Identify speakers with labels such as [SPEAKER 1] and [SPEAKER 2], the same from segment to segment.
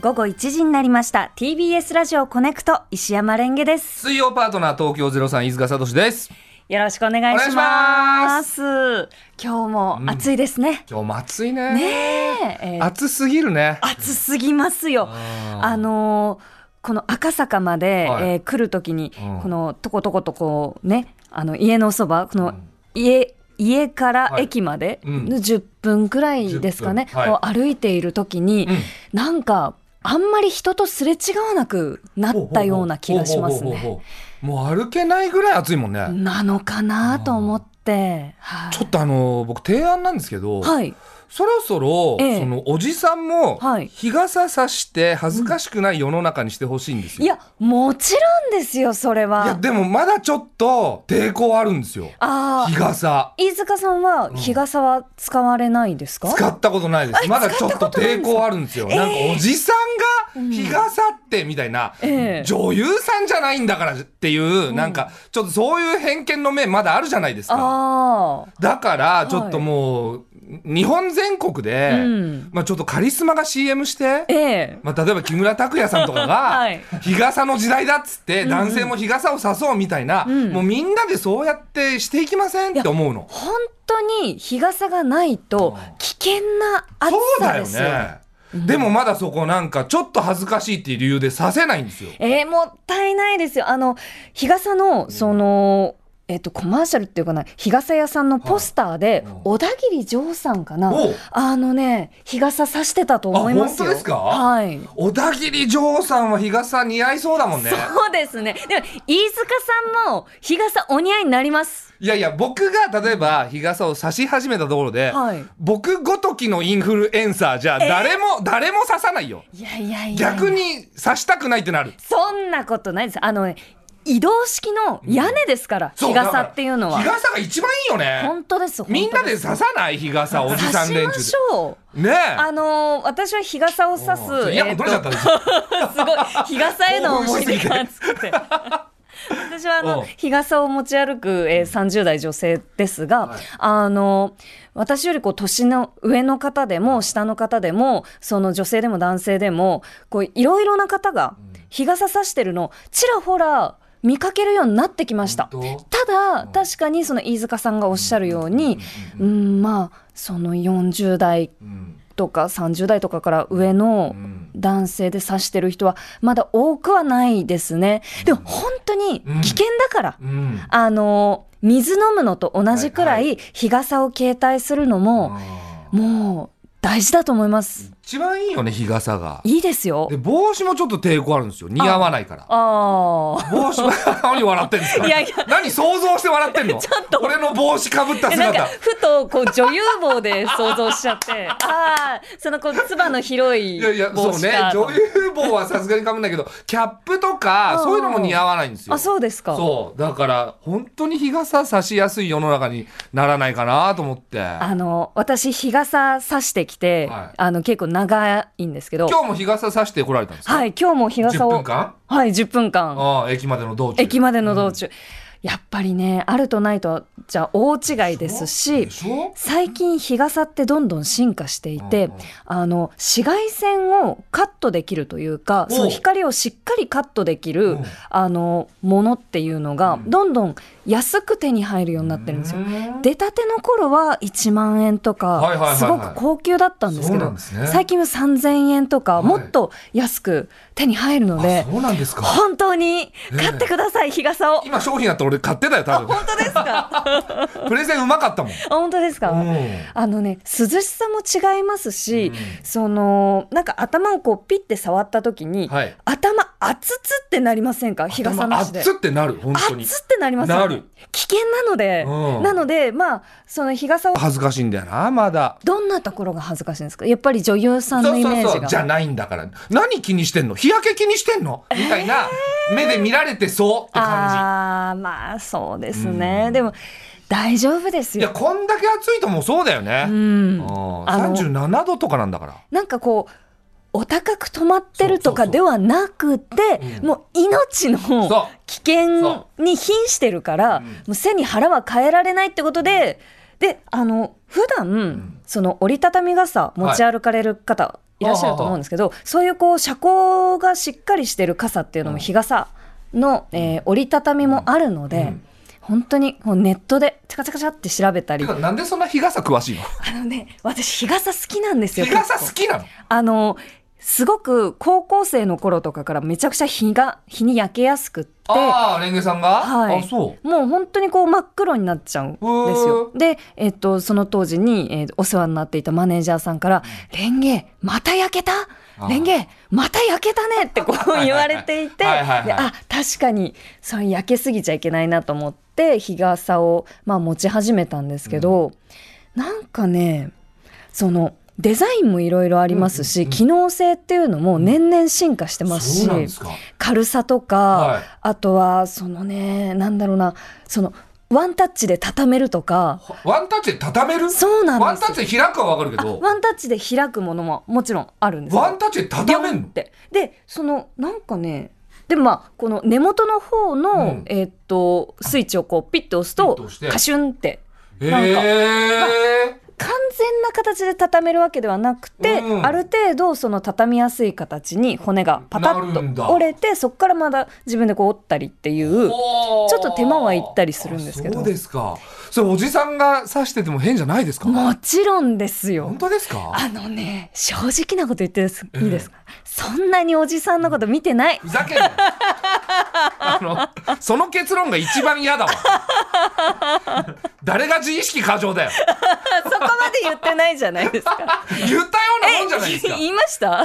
[SPEAKER 1] 午後1時になりました。 TBS ラジオコネクト、石山レンゲです。
[SPEAKER 2] 水曜パートナー東京03飯塚聡です。
[SPEAKER 1] よろしくお願いします。今日も暑いですね、
[SPEAKER 2] 今日も暑いね。
[SPEAKER 1] ねえ、
[SPEAKER 2] 暑すぎるね。
[SPEAKER 1] 暑すぎますよ。この赤坂まで、
[SPEAKER 2] はい
[SPEAKER 1] 来るときに、このとことことこうね、家のそば、この家から駅まで10分くらいですかね、
[SPEAKER 2] はい
[SPEAKER 1] こう歩いているときに、なんかあんまり人とすれ違わなくなったような気がしますね。
[SPEAKER 2] もう歩けないぐらい暑いもんね。
[SPEAKER 1] なのかなと思って、
[SPEAKER 2] ちょっと僕提案なんですけど、
[SPEAKER 1] はい、
[SPEAKER 2] そろそろ、そのおじさんも日傘さして恥ずかしくない世の中にしてほしいんですよ。
[SPEAKER 1] いや、もちろんですよ、それは。
[SPEAKER 2] いやでもまだちょっと抵抗あるんですよ。日傘。
[SPEAKER 1] 飯塚さんは日傘は使われないですか？
[SPEAKER 2] 使ったことないです。まだちょっと抵抗あるんですよ。なんかおじさんが日傘ってみたいな、女優さんじゃないんだからっていう、なんかちょっとそういう偏見の目まだあるじゃないですか。だからちょっともう、日本全国で、ちょっとカリスマが CM して、例えば木村拓哉さんとかが、日傘の時代だっつって、男性も日傘を差そうみたいな、もうみんなでそうやってしていきませんって思うの。
[SPEAKER 1] 本当に日傘がないと危険な暑さですよ。
[SPEAKER 2] そうだよね。でもまだそこなんかちょっと恥ずかしいっていう理由でさせないんですよ。
[SPEAKER 1] もったいないですよ。日傘のその、コマーシャルっていうかな、日傘屋さんのポスターで、小田切丈さんかな、日傘差してたと思いますよ。
[SPEAKER 2] 本当ですか？
[SPEAKER 1] はい。
[SPEAKER 2] 小田切丈さんは日傘似合いそうだもんね。
[SPEAKER 1] そうですね。でも飯塚さんも日傘お似合いになります。
[SPEAKER 2] いやいや、僕が例えば日傘を差し始めたところで、僕ごときのインフルエンサーじゃ誰も差さないよ。
[SPEAKER 1] いや
[SPEAKER 2] 逆に差したくないってなる。
[SPEAKER 1] そんなことないです。移動式の屋根ですから、日傘っていうのは。
[SPEAKER 2] 日傘が一番いいよね。
[SPEAKER 1] 本当です。
[SPEAKER 2] みんなで差さない日傘、おじさん連中で。
[SPEAKER 1] 差しましょう。
[SPEAKER 2] ねえ。
[SPEAKER 1] 私は日傘を差す。
[SPEAKER 2] いや、もう取れちゃったんですよ。
[SPEAKER 1] すごい。日傘への思い出がつって。私は日傘を持ち歩く、30代女性ですが、私よりこう年の上の方でも下の方でも、その女性でも男性でもこういろいろな方が日傘差してるのちらほら見かけるようになってきました。ただ確かにその飯塚さんがおっしゃるように、その40代とか30代とかから上の男性で差してる人はまだ多くはないですね。でも本当に危険だから、水飲むのと同じくらい日傘を携帯するのももう大事だと思います。
[SPEAKER 2] 一番いいよね、日傘が。
[SPEAKER 1] いいですよ。
[SPEAKER 2] で帽子もちょっと抵抗あるんですよ。似合わないから。帽子何笑ってんですか？何想像して笑ってんの？ちょっと俺の帽子かぶった姿。
[SPEAKER 1] なんかふとこう女優帽で想像しちゃってそのこうつばの広い帽子か。
[SPEAKER 2] そうね、女優帽はさすがにかぶんないけど、キャップとかそういうのも似合わないんですよ。
[SPEAKER 1] そうですか。
[SPEAKER 2] そうだから本当に日傘差しやすい世の中にならないかなと思って。
[SPEAKER 1] 私日傘差してきて、結構長いんですけど、
[SPEAKER 2] 今日も日傘差して来られたんですか？
[SPEAKER 1] はい、今日も日傘を
[SPEAKER 2] 10分間？
[SPEAKER 1] はい、10分間。
[SPEAKER 2] 駅までの道中。
[SPEAKER 1] 駅までの道中。やっぱりね、あるとないとじゃ大違いですし、最近日傘ってどんどん進化していて、紫外線をカットできるというか、その光をしっかりカットできるものっていうのがどんどん安く手に入るようになってるんですよ。出たての頃は1万円とかすごく高級だったんですけど、最近は3000円とかもっと安く手に入るので、本当に買ってください、日傘を。
[SPEAKER 2] 今商品やったら俺買ってたよ、多分。
[SPEAKER 1] 本当ですか？
[SPEAKER 2] プレゼンうまかったもん。
[SPEAKER 1] 本当ですか？涼しさも違いますし、なんか頭をこうピッて触った時に、頭熱つってなりませんか？日傘なしで。
[SPEAKER 2] 熱ってなる、本当に。
[SPEAKER 1] 熱ってなりますよね。危険なので、その日傘を
[SPEAKER 2] 恥ずかしいんだよな、まだ。
[SPEAKER 1] どんなところが恥ずかしいんですか？やっぱり女優さんのイメージが。
[SPEAKER 2] じゃないんだから。何気にしてんの？日焼け気にしてんの？みたいな目で見られてそうって感
[SPEAKER 1] じ。そうですね。でも大丈夫ですよ。
[SPEAKER 2] いや、こんだけ暑いともうそうだよね。37度とかなんだから。
[SPEAKER 1] なんかこうお高く止まってるとかではなくて、もう命の危険に瀕してるから、もう背に腹は変えられないってことで、普段その折りたたみ傘持ち歩かれる方いらっしゃると思うんですけど、そういうこう遮光がしっかりしてる傘っていうのも日傘の、折りたたみもあるので、本当にもうネットでチャカチャカチャって調べたり。
[SPEAKER 2] なんでそんな日傘詳しいの？
[SPEAKER 1] 私日傘好きなんですよ。
[SPEAKER 2] 日傘好きなの？
[SPEAKER 1] すごく高校生の頃とかからめちゃくちゃ日に焼けやすくって。
[SPEAKER 2] レンゲさんが、
[SPEAKER 1] はい、もう本当にこう真っ黒になっちゃうんですよ。で、その当時に、お世話になっていたマネージャーさんから「レンゲまた焼けた？レンゲまた焼けたね」ってこう言われていて、確かにそれ焼けすぎちゃいけないなと思って日傘を、持ち始めたんですけど、なんかね、そのデザインもいろいろありますし、機能性っていうのも年々進化してますし、軽さとか、あとはそのね、なんだろうな、そのワンタッチで畳めるとか。
[SPEAKER 2] ワンタッチで畳める？
[SPEAKER 1] そうなんです。
[SPEAKER 2] ワンタッチで開くはわかるけど、
[SPEAKER 1] ワンタッチで開くものももちろんあるんですよ。
[SPEAKER 2] ワンタッチで畳めるの？
[SPEAKER 1] で、そのなんかね、でもこの根元の方の、スイッチをこうピッと押すとカシュンってなんか、完全な形で畳めるわけではなくて、ある程度その畳みやすい形に骨がパタッと折れて、そこからまだ自分でこう折ったりっていうちょっと手間はいったりするんですけど。
[SPEAKER 2] そうですか。それおじさんが刺してても変じゃないですか？も
[SPEAKER 1] ちろんですよ。
[SPEAKER 2] 本当ですか？
[SPEAKER 1] 正直なこと言っていいですか？そんなにおじさんのこと見てない。
[SPEAKER 2] ふざけんなその結論が一番嫌だわ誰が自意識過剰だよ
[SPEAKER 1] そこまで言ってないじゃないですか
[SPEAKER 2] 言ったようなもんじゃないですか。
[SPEAKER 1] 言いました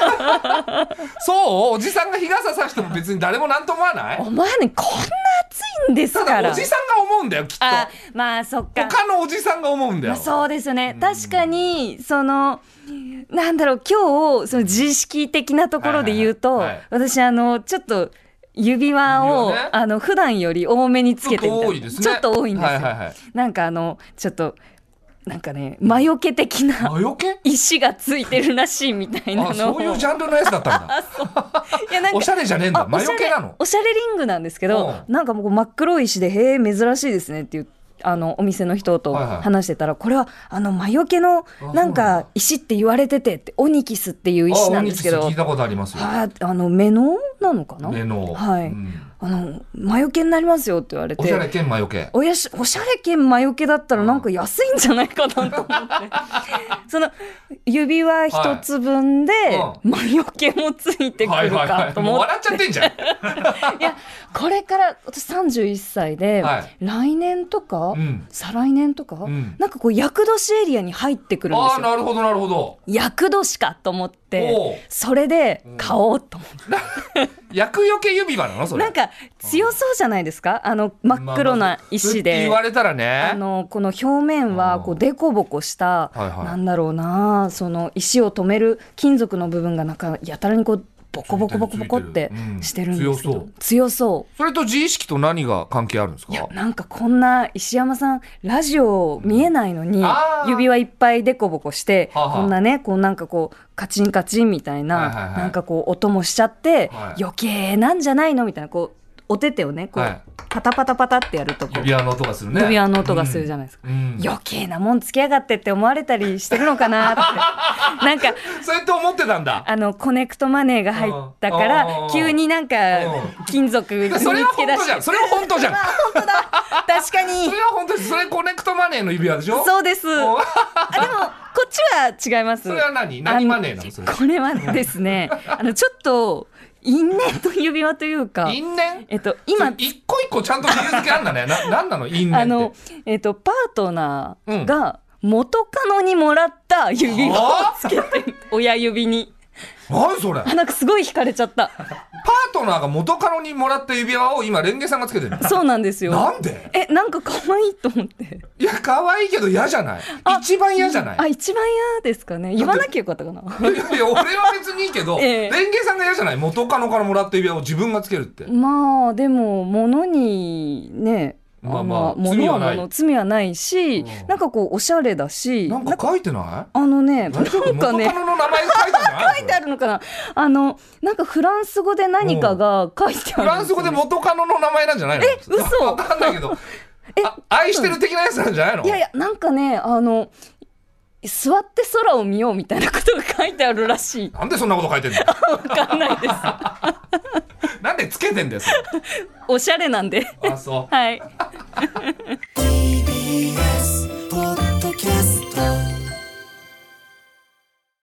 [SPEAKER 2] そう？おじさんが日傘さしても別に誰も何と思わない？
[SPEAKER 1] お前ね、こんな暑いんですから。
[SPEAKER 2] ただおじさんが思うんだよ、きっと。
[SPEAKER 1] そっか。
[SPEAKER 2] 他のおじさんが思うんだよ。
[SPEAKER 1] そうですよね。確かにそのなんだろう、今日その自意識的なところで言うと、私ちょっと指輪を普段より多めにつけてみたい。ちょっと多いんですよ。なんかちょっとなんかね、魔除け的な石がついてるらしいみたいなのを。
[SPEAKER 2] そういうジャンルのやつだったんだいや、なんかおしゃれじゃねえんだ。魔除けなの？
[SPEAKER 1] おしゃれリングなんですけど、なんかもう真っ黒い石で、へえ珍しいですねって言って、お店の人と話してたら、これは魔除けのなんか石って言われててって、オニキスっていう石なんですけど、
[SPEAKER 2] 聞いたことありますよ。
[SPEAKER 1] メノなのかな？
[SPEAKER 2] メノ、
[SPEAKER 1] はい、魔除けになりますよって言われて、
[SPEAKER 2] おしゃれ兼魔除け、
[SPEAKER 1] おしゃれ兼魔除けだったらなんか安いんじゃないかなと思ってその指輪一つ分で魔除けもついてくるかと思って、
[SPEAKER 2] 笑っちゃってんじゃんい
[SPEAKER 1] や、これから私31歳で、来年とか、再来年とか、なんかこう厄年エリアに入ってくるんですよ。
[SPEAKER 2] なるほどなるほど。
[SPEAKER 1] 厄年かと思って、それで買おうと思って
[SPEAKER 2] 厄除け指輪なのそれ？
[SPEAKER 1] なんか強そうじゃないですか？真っ黒な石で、
[SPEAKER 2] 言われたらね、
[SPEAKER 1] この表面はこうデコボコした、なんだろうな、その石を止める金属の部分がなんかやたらにこうボコボコボコボコってしてるんですけど、強そう。
[SPEAKER 2] それと自意識と何が関係あるんですか？
[SPEAKER 1] いや、なんかこんな石山さんラジオ見えないのに、指輪いっぱいデコボコして、こんなね、こうなんかこうカチンカチンみたいな、なんかこう音もしちゃって、余計なんじゃないのみたいな、こうお手手をね、こうパタパタパタってやるとこう
[SPEAKER 2] 指輪の音がするね。
[SPEAKER 1] 指輪の音がするじゃないですか、余計なもんつけやがってって思われたりしてるのかなってなんか
[SPEAKER 2] そうやって思ってたんだ。
[SPEAKER 1] コネクトマネーが入ったから急になんか金属につけ出して、
[SPEAKER 2] それは本当じゃん。
[SPEAKER 1] 本当だ、確かに
[SPEAKER 2] それは本当です。それコネクトマネーの指輪でしょ？
[SPEAKER 1] そうです。でもこっちは違います。
[SPEAKER 2] それは何マネーなの？それ
[SPEAKER 1] これはですねちょっと因縁と指輪というか、
[SPEAKER 2] 因縁？
[SPEAKER 1] 今
[SPEAKER 2] 一個一個ちゃんと理由付けあんだね。なんなの因縁って？
[SPEAKER 1] パートナーが元カノにもらった指輪をつけて、親指に。
[SPEAKER 2] 何それ？
[SPEAKER 1] なんかすごい惹かれちゃった。
[SPEAKER 2] パートナーが元カノにもらった指輪を今レンゲさんがつけてるの？そう
[SPEAKER 1] なんですよ。
[SPEAKER 2] なんで？
[SPEAKER 1] なんか可愛いと思って。
[SPEAKER 2] いや、可愛いけど嫌じゃない？一番嫌じゃない？
[SPEAKER 1] 一番嫌ですかね。言わなきゃよかったかな。
[SPEAKER 2] いや俺は別にいいけど、レンゲさんが嫌じゃない？元カノからもらった指輪を自分がつけるって。
[SPEAKER 1] まあでも物にね、物は物、罪はないし、なんかこうおしゃれだし。
[SPEAKER 2] なんか書いてない？
[SPEAKER 1] なんかね、
[SPEAKER 2] 元カノの名前書いてあるんじゃない？
[SPEAKER 1] 書いてあるのかな。なんかフランス語で何かが書いてあるんですよね。
[SPEAKER 2] フランス語で元カノの名前なんじゃないの？
[SPEAKER 1] 嘘。
[SPEAKER 2] わかんないけど愛してる的なやつなんじゃないの？
[SPEAKER 1] いやいや、なんかね、 座って空を見ようみたいなことが書いてあるらしい。
[SPEAKER 2] なんでそんなこと書いてんの？
[SPEAKER 1] わかんないです。
[SPEAKER 2] なんでつけてんだよそれ。
[SPEAKER 1] おしゃれなんで。
[SPEAKER 2] あ、そう。
[SPEAKER 1] はい。